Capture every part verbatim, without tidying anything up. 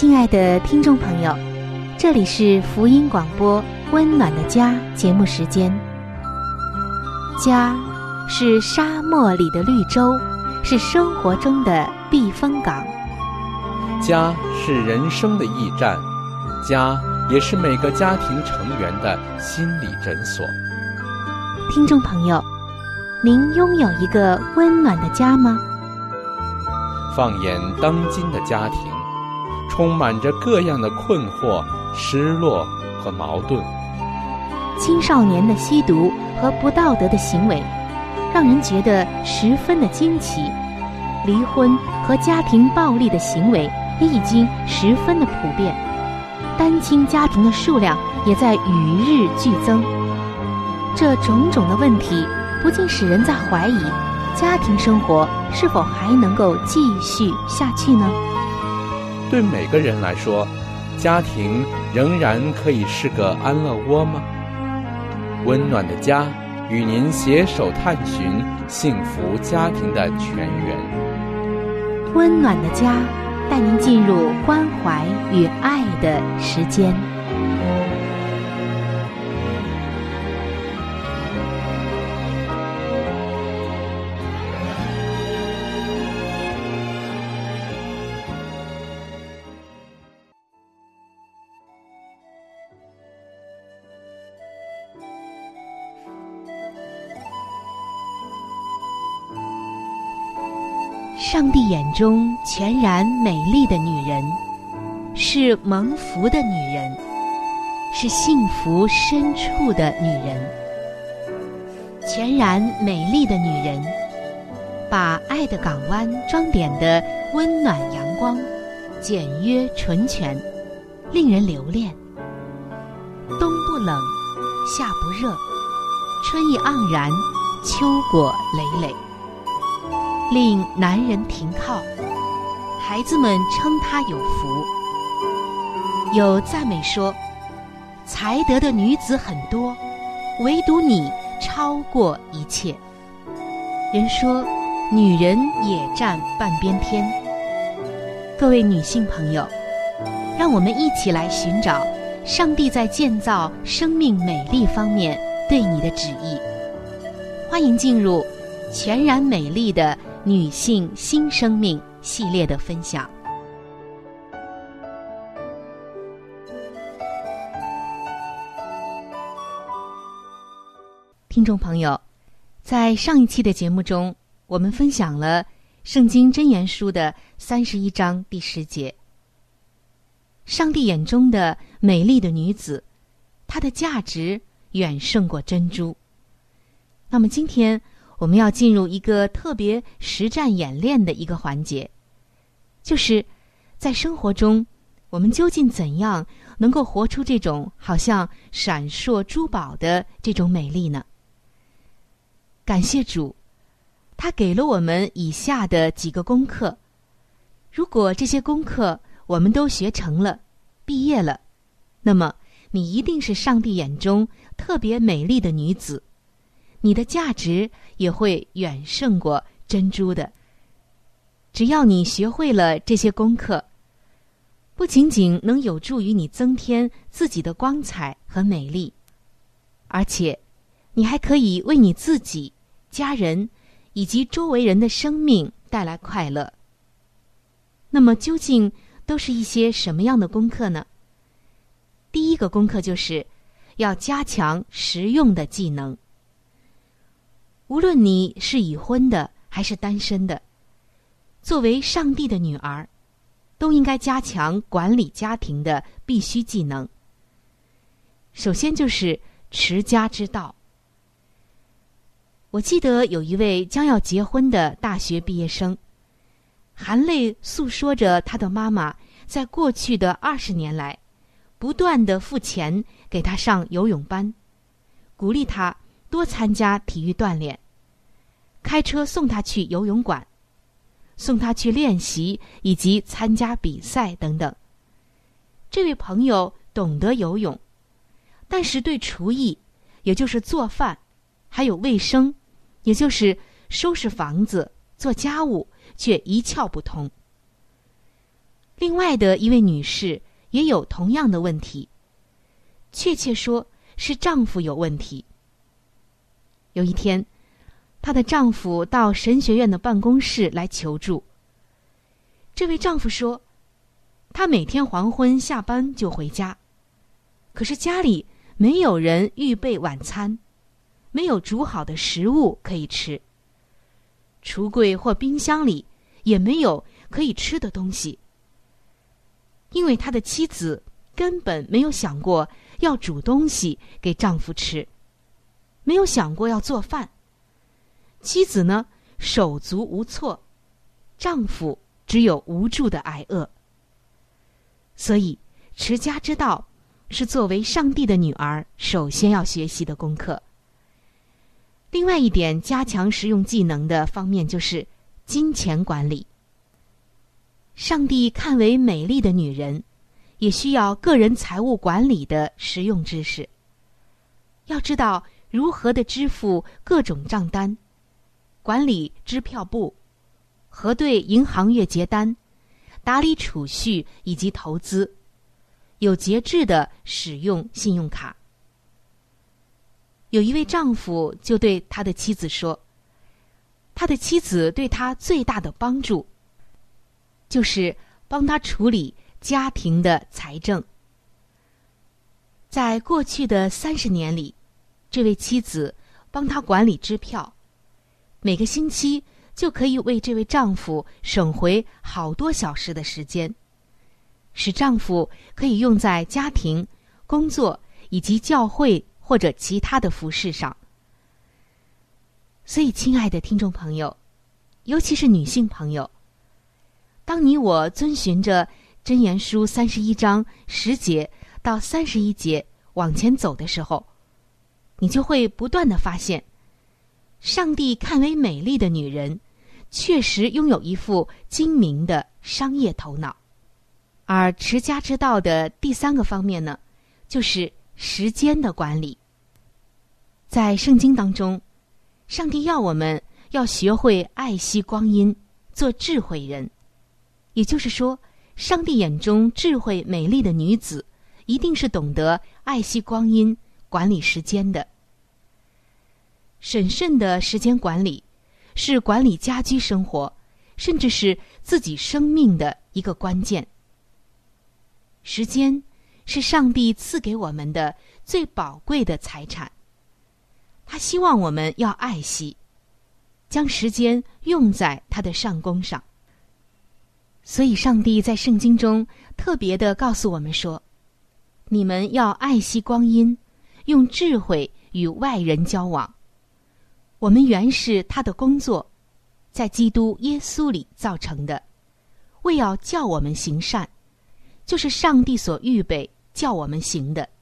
亲爱的听众朋友，这里是福音广播温暖的家节目时间。家是沙漠里的绿洲，是生活中的避风港。 家是人生的驿站，家也是每个家庭成员的心理诊所。 听众朋友，您拥有一个温暖的家吗？ 放眼当今的家庭，充满着各样的困惑、失落和矛盾。 青少年的吸毒和不道德的行为，让人觉得十分的惊奇。离婚和家庭暴力的行为也已经十分的普遍，单亲家庭的数量也在与日俱增。这种种的问题，不禁使人在怀疑，家庭生活是否还能够继续下去呢？ 对每个人来说，家庭仍然可以是个安乐窝吗？温暖的家与您携手探寻幸福家庭的泉源。 温暖的家带您进入关怀与爱的时间。上帝眼中全然美丽的女人，是蒙福的女人，是幸福深处的女人。全然美丽的女人，把爱的港湾装点的温暖阳光，简约纯全，令人留恋。冬不冷，夏不热，春意盎然，秋果累累，令男人停靠，孩子们称他有福。有赞美说，才德的女子很多，唯独你超过一切。人说，女人也占半边天。各位女性朋友，让我们一起来寻找上帝在建造生命美丽方面对你的旨意。欢迎进入全然美丽的女性新生命系列的分享。听众朋友，在上一期的节目中，我们分享了圣经箴言书的三十一章第十节。上帝眼中的美丽的女子，她的价值远胜过珍珠。那么今天我们要进入一个特别实战演练的一个环节，就是在生活中，我们究竟怎样能够活出这种好像闪烁珠宝的这种美丽呢？感谢主，他给了我们以下的几个功课。如果这些功课我们都学成了，毕业了，那么你一定是上帝眼中特别美丽的女子，你的价值也会远胜过珍珠的。只要你学会了这些功课，不仅仅能有助于你增添自己的光彩和美丽，而且你还可以为你自己、家人以及周围人的生命带来快乐。那么究竟都是一些什么样的功课呢？第一个功课就是要加强实用的技能。无论你是已婚的还是单身的，作为上帝的女儿，都应该加强管理家庭的必须技能。首先就是持家之道。我记得有一位将要结婚的大学毕业生，含泪诉说着他的妈妈在过去的二十年来，不断地付钱给他上游泳班，鼓励他多参加体育锻炼，开车送他去游泳馆，送他去练习以及参加比赛等等。这位朋友懂得游泳，但是对厨艺，也就是做饭，还有卫生，也就是收拾房子、做家务，却一窍不通。 另外的一位女士也有同样的问题，确切说是丈夫有问题。有一天，她的丈夫到神学院的办公室来求助。这位丈夫说，他每天黄昏下班就回家，可是家里没有人预备晚餐，没有煮好的食物可以吃，橱柜或冰箱里也没有可以吃的东西。因为他的妻子根本没有想过要煮东西给丈夫吃，没有想过要做饭。妻子呢，手足无措，丈夫只有无助的挨饿。所以持家之道是作为上帝的女儿首先要学习的功课。另外一点加强实用技能的方面就是金钱管理。上帝看为美丽的女人，也需要个人财务管理的实用知识。要知道如何的支付各种账单，管理支票簿，核对银行月结单，打理储蓄以及投资，有节制地使用信用卡。有一位丈夫就对他的妻子说，他的妻子对他最大的帮助就是帮他处理家庭的财政。在过去的三十年里，这位妻子帮他管理支票，每个星期就可以为这位丈夫省回好多小时的时间，使丈夫可以用在家庭、工作以及教会或者其他的服事上。所以亲爱的听众朋友，尤其是女性朋友，当你我遵循着箴言书三十一章十节到三十一节往前走的时候，你就会不断地发现，上帝看为美丽的女人确实拥有一副精明的商业头脑。而持家之道的第三个方面呢，就是时间的管理。在圣经当中，上帝要我们要学会爱惜光阴，做智慧人。也就是说，上帝眼中智慧美丽的女子一定是懂得爱惜光阴，管理时间的。审慎的时间管理是管理家居生活，甚至是自己生命的一个关键。时间是上帝赐给我们的最宝贵的财产，他希望我们要爱惜，将时间用在他的上工上。所以上帝在圣经中特别地告诉我们说，你们要爱惜光阴，用智慧与外人交往。我们原是他的工作，在基督耶稣里造成的，为要叫我们行善，就是上帝所预备叫我们行的。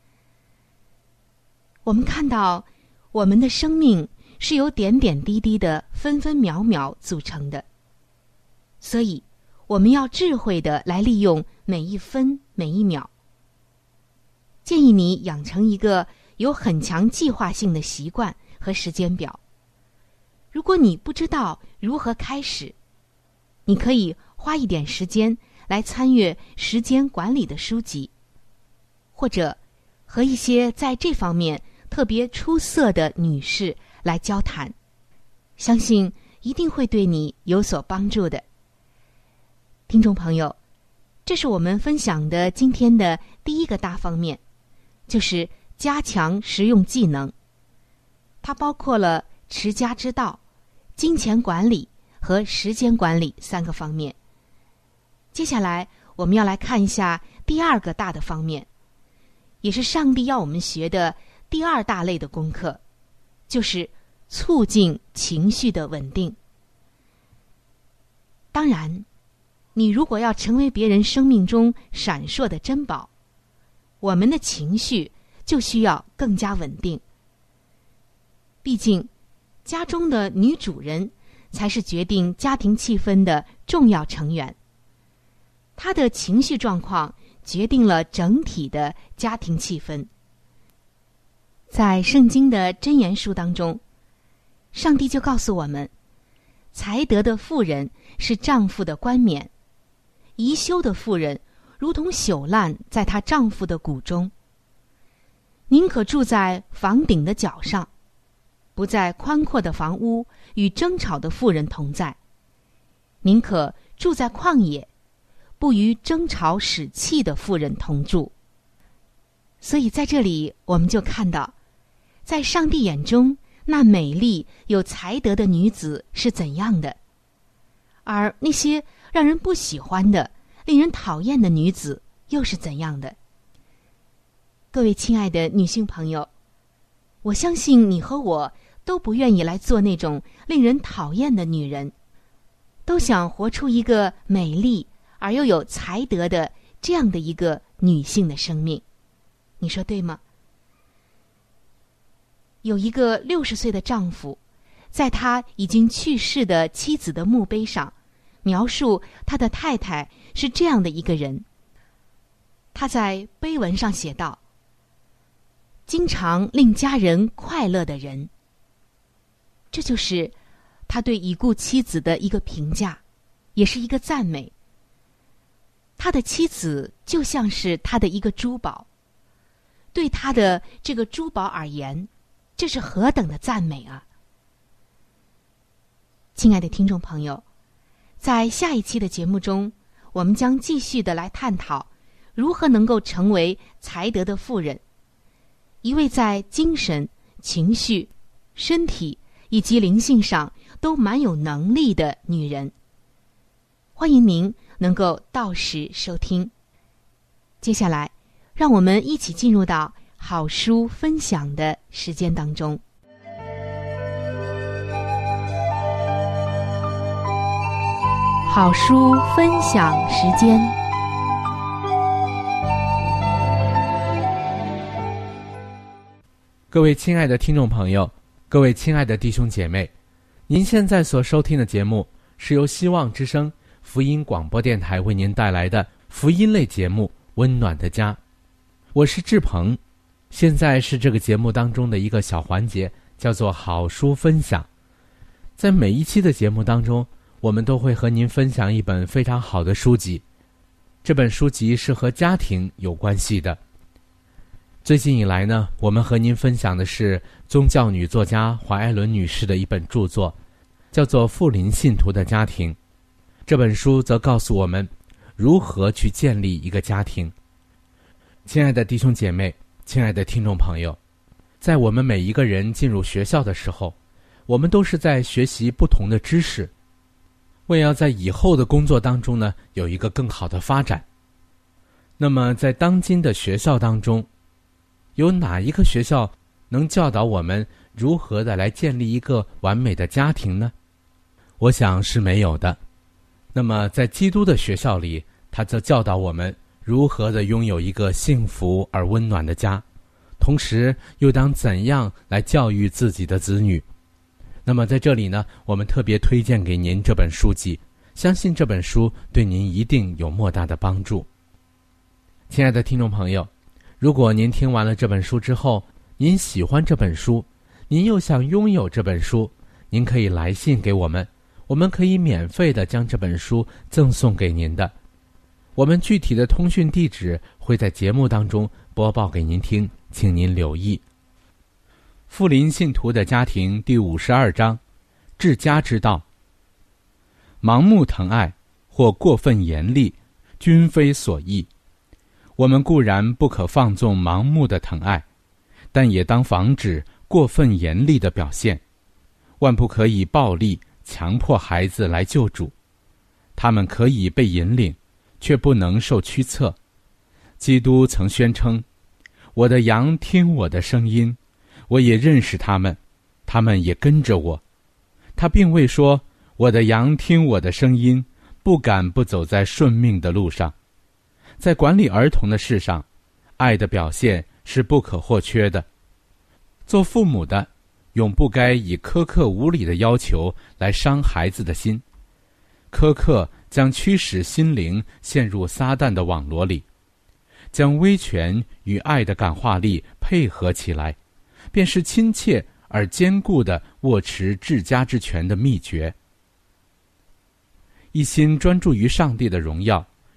我们看到我们的生命是由点点滴滴的分分秒秒组成的，所以我们要智慧地来利用每一分每一秒。建议你养成一个有很强计划性的习惯和时间表。如果你不知道如何开始，你可以花一点时间来参阅时间管理的书籍，或者和一些在这方面特别出色的女士来交谈，相信一定会对你有所帮助的。听众朋友，这是我们分享的今天的第一个大方面，就是加强实用技能。它包括了持家之道、金钱管理和时间管理三个方面。接下来我们要来看一下第二个大的方面，也是上帝要我们学的第二大类的功课，就是促进情绪的稳定。当然，你如果要成为别人生命中闪烁的珍宝，我们的情绪就需要更加稳定。毕竟，家中的女主人才是决定家庭气氛的重要成员，她的情绪状况决定了整体的家庭气氛。在圣经的箴言书当中，上帝就告诉我们，才德的妇人是丈夫的冠冕， 宜修的妇人如同朽烂在她丈夫的谷中，宁可住在房顶的角上，不在宽阔的房屋与争吵的妇人同在，宁可住在旷野，不与争吵使气的妇人同住。所以在这里我们就看到，在上帝眼中那美丽有才德的女子是怎样的，而那些让人不喜欢的、令人讨厌的女子又是怎样的。各位亲爱的女性朋友，我相信你和我都不愿意来做那种令人讨厌的女人，都想活出一个美丽而又有才德的这样的一个女性的生命。你说对吗？有一个六十岁的丈夫，在他已经去世的妻子的墓碑上描述他的太太是这样的一个人。他在碑文上写道：经常令家人快乐的人。这就是他对已故妻子的一个评价，也是一个赞美。他的妻子就像是他的一个珠宝，对他的这个珠宝而言，这是何等的赞美啊！亲爱的听众朋友，在下一期的节目中，我们将继续的来探讨如何能够成为才德的妇人，一位在精神、情绪、身体以及灵性上都蛮有能力的女人。欢迎您能够到时收听。接下来让我们一起进入到好书分享的时间当中。好书分享时间。 各位亲爱的听众朋友，各位亲爱的弟兄姐妹，您现在所收听的节目是由希望之声福音广播电台为您带来的福音类节目《温暖的家》。我是志鹏，现在是这个节目当中的一个小环节，叫做好书分享。在每一期的节目当中，我们都会和您分享一本非常好的书籍，这本书籍是和家庭有关系的。最近以来呢，我们和您分享的是宗教女作家华艾伦女士的一本著作，叫做《富林信徒的家庭》。这本书则告诉我们如何去建立一个家庭。亲爱的弟兄姐妹，亲爱的听众朋友，在我们每一个人进入学校的时候，我们都是在学习不同的知识，为要在以后的工作当中呢，有一个更好的发展。那么在当今的学校当中，有哪一个学校能教导我们如何的来建立一个完美的家庭呢？我想是没有的。那么在基督的学校里，他则教导我们如何的拥有一个幸福而温暖的家，同时又当怎样来教育自己的子女。那么在这里呢，我们特别推荐给您这本书籍，相信这本书对您一定有莫大的帮助。亲爱的听众朋友，如果您听完了这本书之后，您喜欢这本书，您又想拥有这本书，您可以来信给我们，我们可以免费的将这本书赠送给您的。我们具体的通讯地址会在节目当中播报给您听，请您留意。富林信徒的家庭第五十二章，治家之道。盲目疼爱或过分严厉，均非所宜。我们固然不可放纵盲目的疼爱，但也当防止过分严厉的表现。万不可以暴力强迫孩子来救主，他们可以被引领，却不能受驱策。基督曾宣称，我的羊听我的声音，我也认识他们，他们也跟着我。他并未说，我的羊听我的声音，不敢不走在顺命的路上。在管理儿童的事上，爱的表现是不可或缺的。做父母的永不该以苛刻无理的要求来伤孩子的心，苛刻将驱使心灵陷入撒旦的网罗里。将威权与爱的感化力配合起来，便是亲切而坚固地握持治家之权的秘诀。一心专注于上帝的荣耀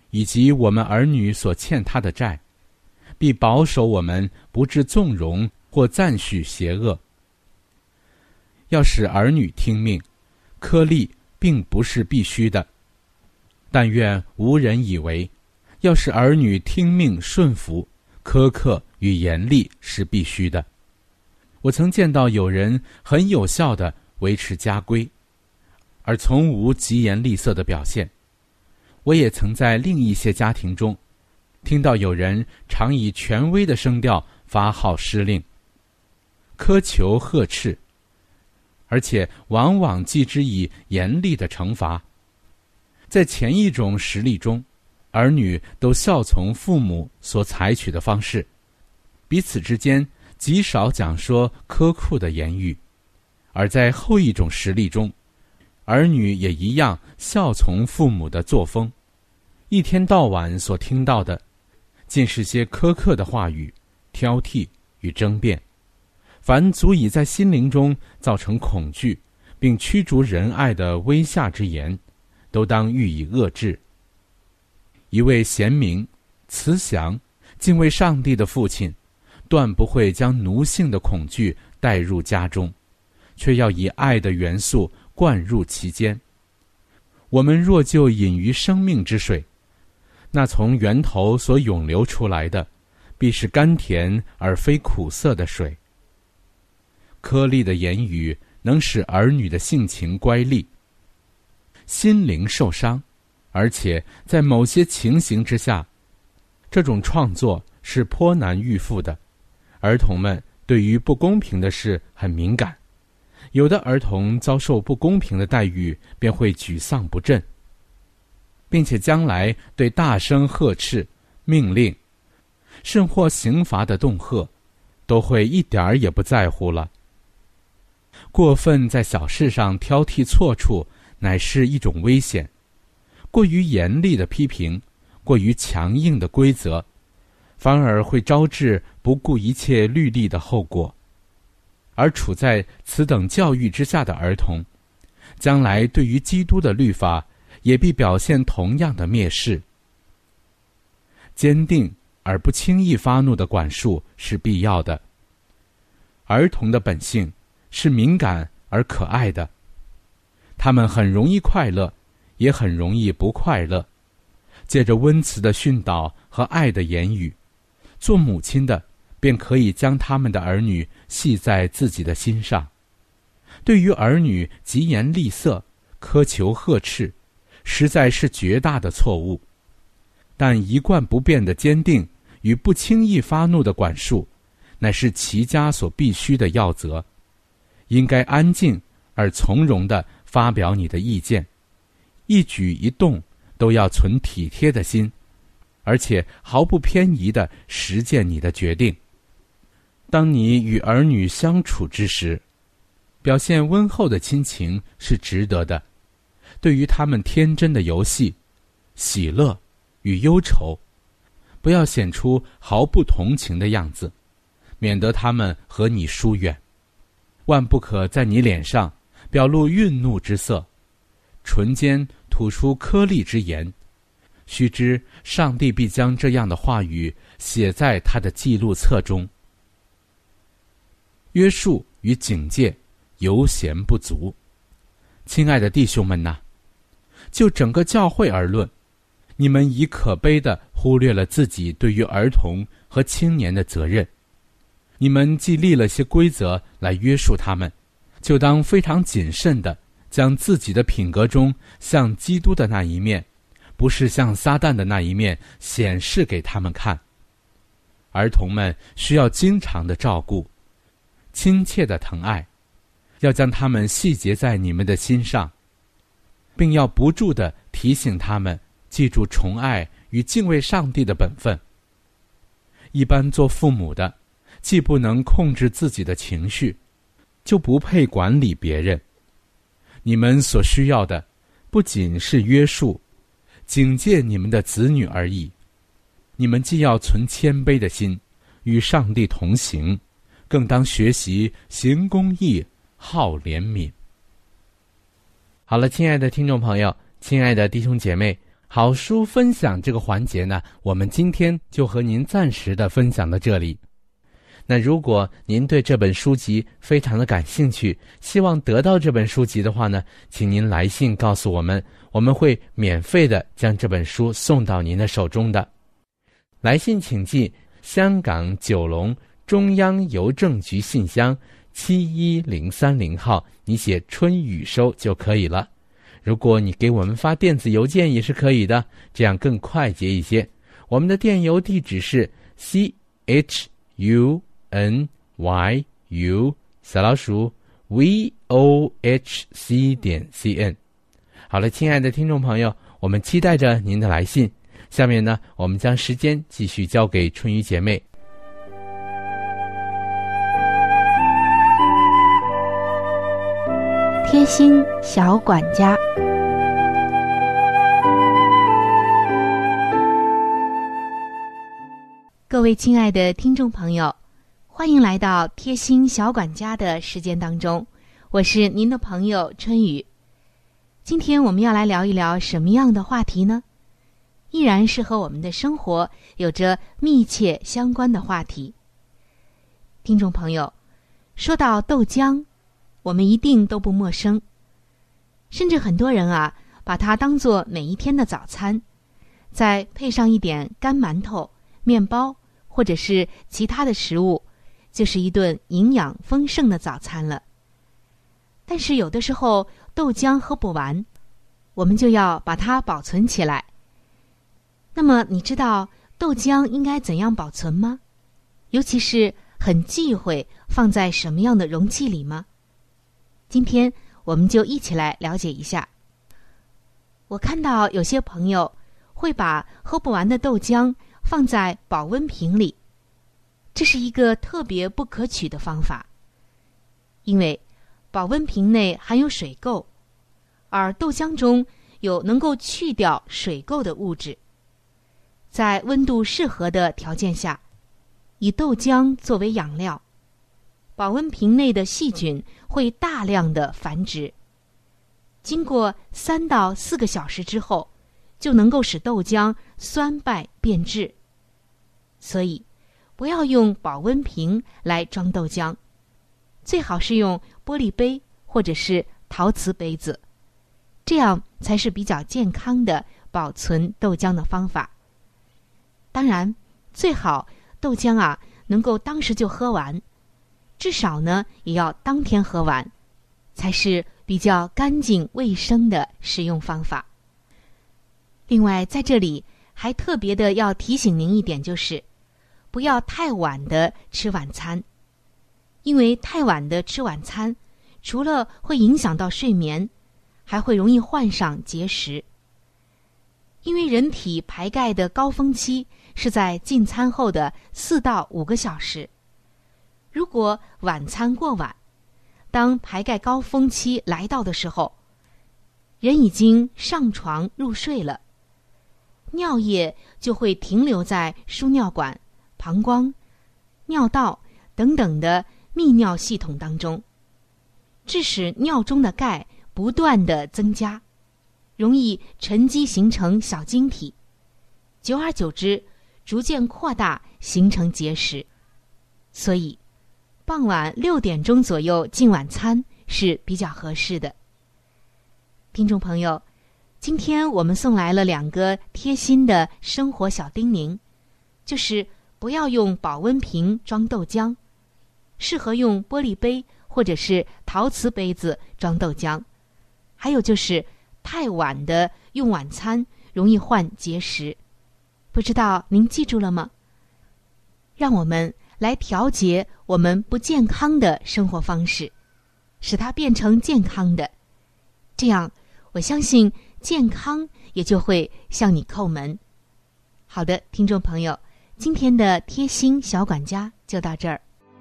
以及我们儿女所欠他的债，必保守我们不致纵容或赞许邪恶。要使儿女听命，苛力并不是必须的，但愿无人以为要使儿女听命顺服，苛刻与严厉是必须的。我曾见到有人很有效地维持家规，而从无疾言厉色的表现。我也曾在另一些家庭中听到有人常以权威的声调发号施令，苛求呵斥，而且往往记之以严厉的惩罚。在前一种实例中，儿女都效从父母所采取的方式，彼此之间极少讲说苛酷的言语；而在后一种实例中，儿女也一样效从父母的作风，一天到晚所听到的尽是些苛刻的话语、挑剔与争辩，凡足以在心灵中造成恐惧并驱逐仁爱的威吓之言，都当予以遏制。一位贤明、慈祥、敬畏上帝的父亲，断不会将奴性的恐惧带入家中，却要以爱的元素灌入其间。我们若就饮于生命之水，那从源头所涌流出来的，必是甘甜而非苦涩的水。苛厉的言语能使儿女的性情乖戾，心灵受伤，而且在某些情形之下，这种创作是颇难预复的。儿童们对于不公平的事很敏感，有的儿童遭受不公平的待遇便会沮丧不振，并且将来对大声呵斥、命令，甚或刑罚的恫吓，都会一点儿也不在乎了。过分在小事上挑剔错处，乃是一种危险。过于严厉的批评，过于强硬的规则，反而会招致不顾一切律例的后果。而处在此等教育之下的儿童，将来对于基督的律法也必表现同样的蔑视。坚定而不轻易发怒的管束是必要的。儿童的本性是敏感而可爱的，他们很容易快乐，也很容易不快乐。借着温慈的训导和爱的言语，做母亲的便可以将他们的儿女系在自己的心上。对于儿女疾言厉色、苛求呵斥，实在是绝大的错误。但一贯不变的坚定与不轻易发怒的管束，乃是其家所必须的要则。应该安静而从容地发表你的意见，一举一动都要存体贴的心，而且毫不偏移地实践你的决定。当你与儿女相处之时，表现温厚的亲情是值得的。对于他们天真的游戏、喜乐与忧愁，不要显出毫不同情的样子，免得他们和你疏远。万不可在你脸上表露愠怒之色，唇间吐出颗粒之言。须知上帝必将这样的话语写在他的记录册中。约束与警戒犹嫌不足。亲爱的弟兄们哪，就整个教会而论，你们以可悲地忽略了自己对于儿童和青年的责任。你们既立了些规则来约束他们，就当非常谨慎地将自己的品格中像基督的那一面，不是像撒旦的那一面显示给他们看。儿童们需要经常的照顾，亲切的疼爱，要将他们细结在你们的心上，并要不住地提醒他们记住宠爱与敬畏上帝的本分。一般做父母的，既不能控制自己的情绪，就不配管理别人。你们所需要的不仅是约束、警戒你们的子女而已，你们既要存谦卑的心，与上帝同行，更当学习行公义、好怜悯。好了，亲爱的听众朋友，亲爱的弟兄姐妹， 好书分享这个环节呢，我们今天就和您暂时的分享到这里。那如果您对这本书籍非常的感兴趣，希望得到这本书籍的话呢，请您来信告诉我们，我们会免费的将这本书送到您的手中的。来信请寄香港九龙中央邮政局信箱七一零三零号，你写春雨收就可以了。如果你给我们发电子邮件也是可以的，这样更快捷一些。我们的电邮地址是 c h u n y u 小老鼠 v o h c 点 c n。 好了，亲爱的听众朋友，我们期待着您的来信。下面呢，我们将时间继续交给春雨姐妹。 贴心小管家，各位亲爱的听众朋友，欢迎来到贴心小管家的时间当中，我是您的朋友春雨。今天我们要来聊一聊什么样的话题呢？依然是和我们的生活有着密切相关的话题。听众朋友，说到豆浆，我们一定都不陌生，甚至很多人啊，把它当作每一天的早餐，再配上一点干馒头、面包或者是其他的食物，就是一顿营养丰盛的早餐了。但是有的时候豆浆喝不完，我们就要把它保存起来。那么你知道豆浆应该怎样保存吗？尤其是很忌讳放在什么样的容器里吗？今天我们就一起来了解一下。我看到有些朋友会把喝不完的豆浆放在保温瓶里，这是一个特别不可取的方法。因为保温瓶内含有水垢，而豆浆中有能够去掉水垢的物质。在温度适合的条件下，以豆浆作为养料，保温瓶内的细菌会大量的繁殖，经过三到四个小时之后，就能够使豆浆酸败变质。所以不要用保温瓶来装豆浆，最好是用玻璃杯或者是陶瓷杯子，这样才是比较健康的保存豆浆的方法。当然最好豆浆啊能够当时就喝完，至少呢也要当天喝完，才是比较干净卫生的食用方法。另外在这里还特别的要提醒您一点，就是不要太晚的吃晚餐。因为太晚的吃晚餐，除了会影响到睡眠，还会容易患上结石。因为人体排钙的高峰期是在进餐后的四到五个小时，如果晚餐过晚，当排钙高峰期来到的时候，人已经上床入睡了，尿液就会停留在输尿管、膀胱、尿道等等的泌尿系统当中，致使尿中的钙不断的增加，容易沉积形成小晶体，久而久之逐渐扩大形成结石。所以傍晚六点钟左右进晚餐是比较合适的。听众朋友，今天我们送来了两个贴心的生活小叮咛，就是不要用保温瓶装豆浆，适合用玻璃杯或者是陶瓷杯子装豆浆。还有就是太晚的用晚餐容易患结石，不知道您记住了吗？让我们来调节我们不健康的生活方式，使它变成健康的，这样我相信健康也就会向你叩门。好的，听众朋友，今天的贴心小管家就到这儿。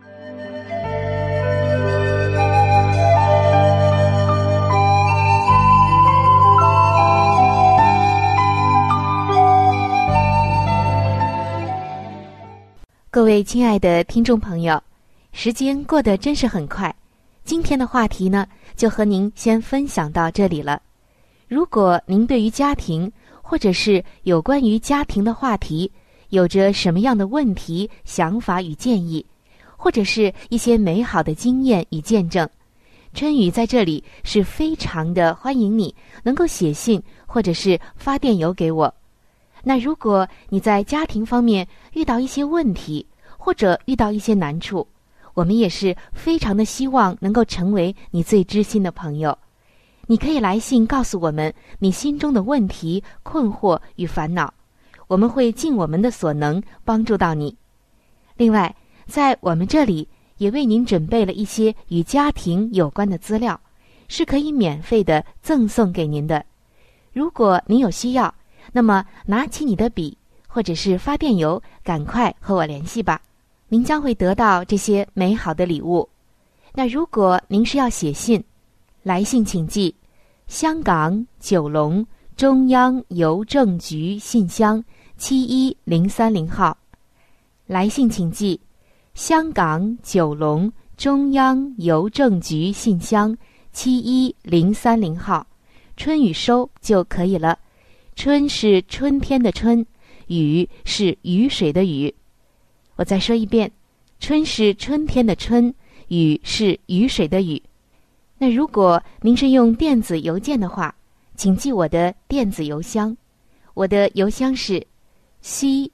各位亲爱的听众朋友，时间过得真是很快，今天的话题呢，就和您先分享到这里了。如果您对于家庭或或者是有关于家庭的话题，有着什么样的问题、想法与建议，或者是一些美好的经验与见证，春雨在这里是非常的欢迎你能够写信或者是发电邮给我。那如果你在家庭方面遇到一些问题，或者遇到一些难处，我们也是非常的希望能够成为你最知心的朋友。你可以来信告诉我们你心中的问题、困惑与烦恼，我们会尽我们的所能帮助到你。另外，在我们这里也为您准备了一些与家庭有关的资料，是可以免费的赠送给您的。如果您有需要，那么拿起你的笔或者是发电邮，赶快和我联系吧，您将会得到这些美好的礼物。那如果您是要写信，来信请寄香港九龙中央邮政局信箱七一零三零号。来信请寄香港九龙中央邮政局信箱七一零三零号，春雨收就可以了。春是春天的春，雨是雨水的雨。我再说一遍，春是春天的春，雨是雨水的雨。那如果您是用电子邮件的话，请记我的电子邮箱，我的邮箱是 c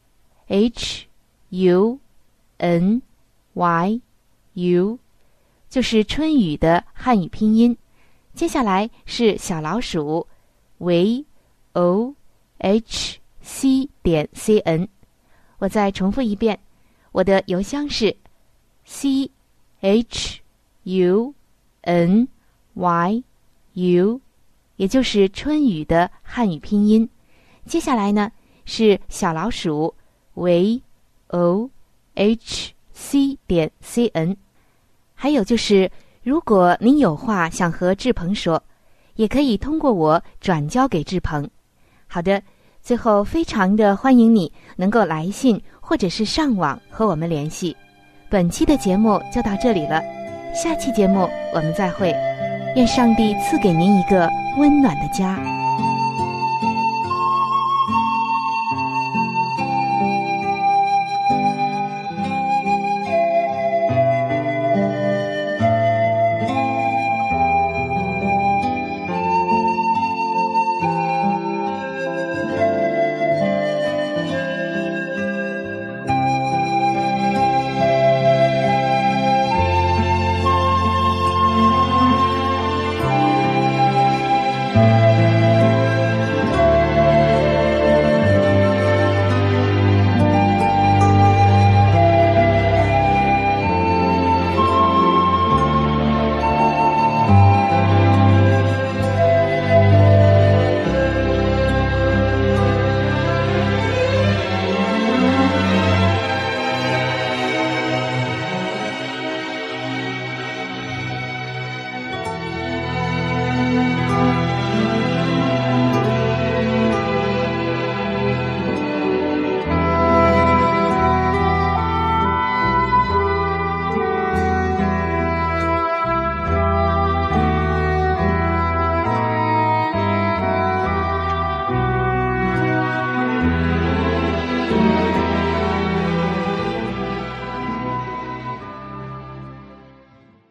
h u n y u， 就是春雨的汉语拼音，接下来是小老鼠 v o h c 点 c n。 我再重复一遍，我的邮箱是 c h u n y u， 也就是春雨的汉语拼音，接下来呢是小老鼠 v o h c 点 c n。 还有就是，如果您有话想和志鹏说，也可以通过我转交给志鹏。好的，最后非常的欢迎你能够来信或者是上网和我们联系。本期的节目就到这里了，下期节目我们再会。愿上帝赐给您一个温暖的家。